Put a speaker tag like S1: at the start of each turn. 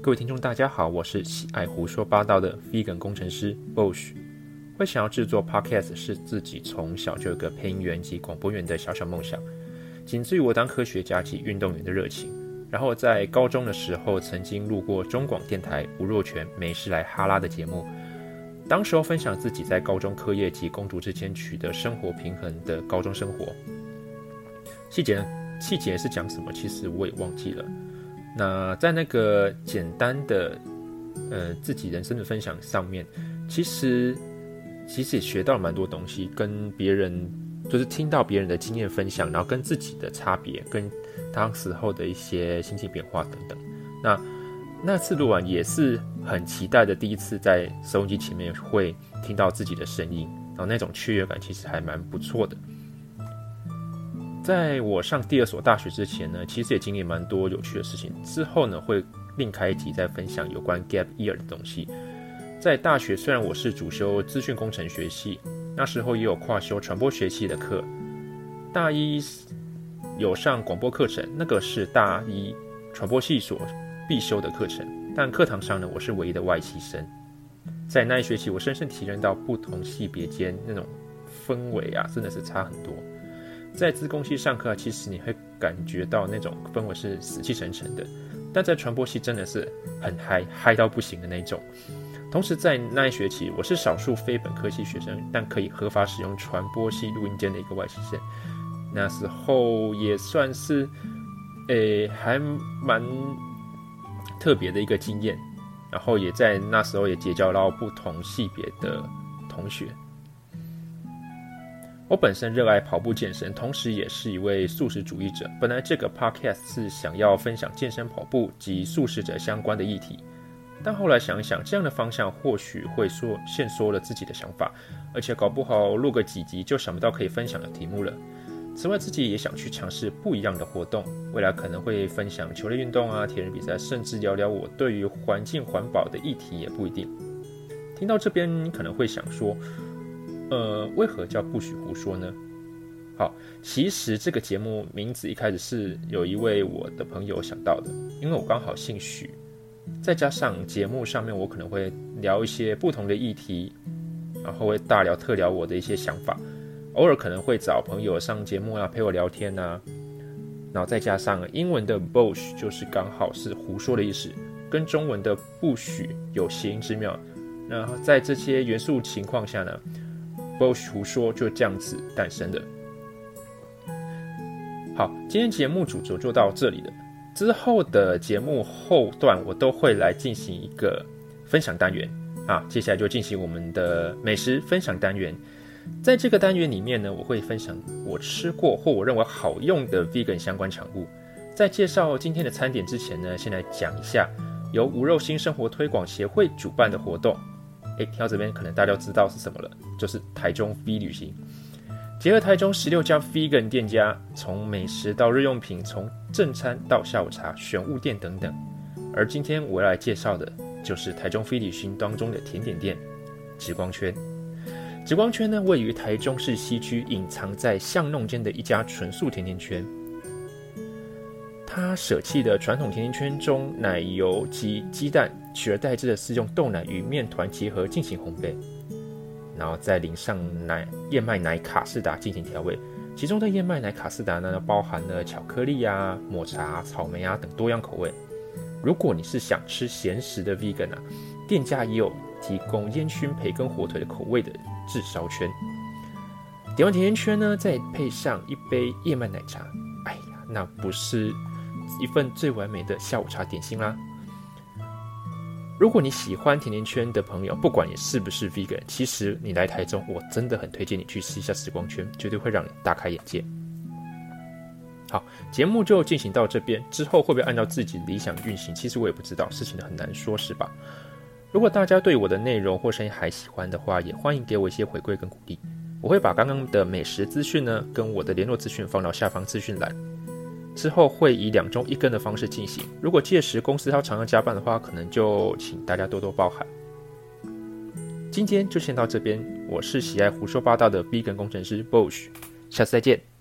S1: 各位听众大家好，我是喜爱胡说八道的 Vegan 工程师 Bosch。 会想要制作 Podcast 是自己从小就有个配音员及广播员的小小梦想，仅次于我当科学家及运动员的热情。然后在高中的时候曾经录过中广电台吴若权没事来哈拉的节目，当时候分享自己在高中课业及工读之间取得生活平衡的高中生活。细节是讲什么其实我也忘记了。那在那个简单的自己人生的分享上面，其实也学到了蛮多东西，跟别人就是听到别人的经验分享，然后跟自己的差别，跟当时候的一些心情变化等等。那次录完也是很期待的第一次在收音机前面会听到自己的声音，然后那种雀跃感其实还蛮不错的。在我上第二所大学之前呢，其实也经历蛮多有趣的事情。之后呢，会另开一集再分享有关 gap year 的东西。在大学，虽然我是主修资讯工程学系，那时候也有跨修传播学系的课。大一有上广播课程，那个是大一传播系所必修的课程。但课堂上呢，我是唯一的外系生。在那一学期，我深深体验到不同系别间那种氛围啊，真的是差很多。在资工系上课，其实你会感觉到那种氛围是死气沉沉的，但在传播系真的是很嗨到不行的那种。同时在那一学期，我是少数非本科系学生，但可以合法使用传播系录音间的一个外系生。那时候也算是还蛮特别的一个经验，然后也在那时候也结交到不同系别的同学。我本身热爱跑步健身，同时也是一位素食主义者。本来这个 podcast 是想要分享健身跑步及素食者相关的议题，但后来想一想，这样的方向或许会限缩了自己的想法，而且搞不好录个几集就想不到可以分享的题目了。此外，自己也想去尝试不一样的活动，未来可能会分享球类运动啊、铁人比赛，甚至聊聊我对于环境环保的议题也不一定。听到这边，你可能会想说，为何叫不许胡说呢？好，其实这个节目名字一开始是有一位我的朋友想到的，因为我刚好姓许，再加上节目上面我可能会聊一些不同的议题，然后会大聊特聊我的一些想法，偶尔可能会找朋友上节目啊陪我聊天啊，然后再加上英文的 Bosch 就是刚好是胡说的意思，跟中文的不许有谐音之妙。那在这些元素情况下呢，Bosch 胡说就这样子诞生的。好，今天节目主轴就到这里了。之后的节目后段我都会来进行一个分享单元啊，接下来就进行我们的美食分享单元。在这个单元里面呢，我会分享我吃过或我认为好用的 vegan 相关产物。在介绍今天的餐点之前呢，先来讲一下由无肉新生活推广协会主办的活动。听到这边可能大家都知道是什么了，就是台中 V 旅行，结合台中16家 Vegan 店家，从美食到日用品，从正餐到下午茶、选物店等等。而今天我要来介绍的就是台中 V 旅行当中的甜点店直光圈。直光圈呢，位于台中市西区，隐藏在巷弄间的一家纯素甜甜圈。它舍弃的传统甜甜圈中奶油及鸡蛋，取而代之的是用豆奶与面团结合进行烘焙，然后再淋上燕麦奶卡士达进行调味。其中的燕麦奶卡士达呢，包含了巧克力啊、抹茶、草莓啊等多样口味。如果你是想吃咸食的 vegan 啊，店家也有提供烟熏培根火腿的口味的炙烧圈。点完甜甜圈呢，再配上一杯燕麦奶茶，哎呀，那不是一份最完美的下午茶点心啦。如果你喜欢甜甜圈的朋友，不管你是不是 vegan， 其实你来台中，我真的很推荐你去吃一下时光圈，绝对会让你大开眼界。好，节目就进行到这边，之后会不会按照自己理想运行，其实我也不知道，事情很难说，是吧？如果大家对我的内容或声音还喜欢的话，也欢迎给我一些回馈跟鼓励。我会把刚刚的美食资讯呢，跟我的联络资讯放到下方资讯栏。之后会以2周1更的方式进行，如果届时公司要常常加班的话，可能就请大家多多包涵。今天就先到这边，我是喜爱胡说八道的 Vegan 工程师 Bosch， 下次再见。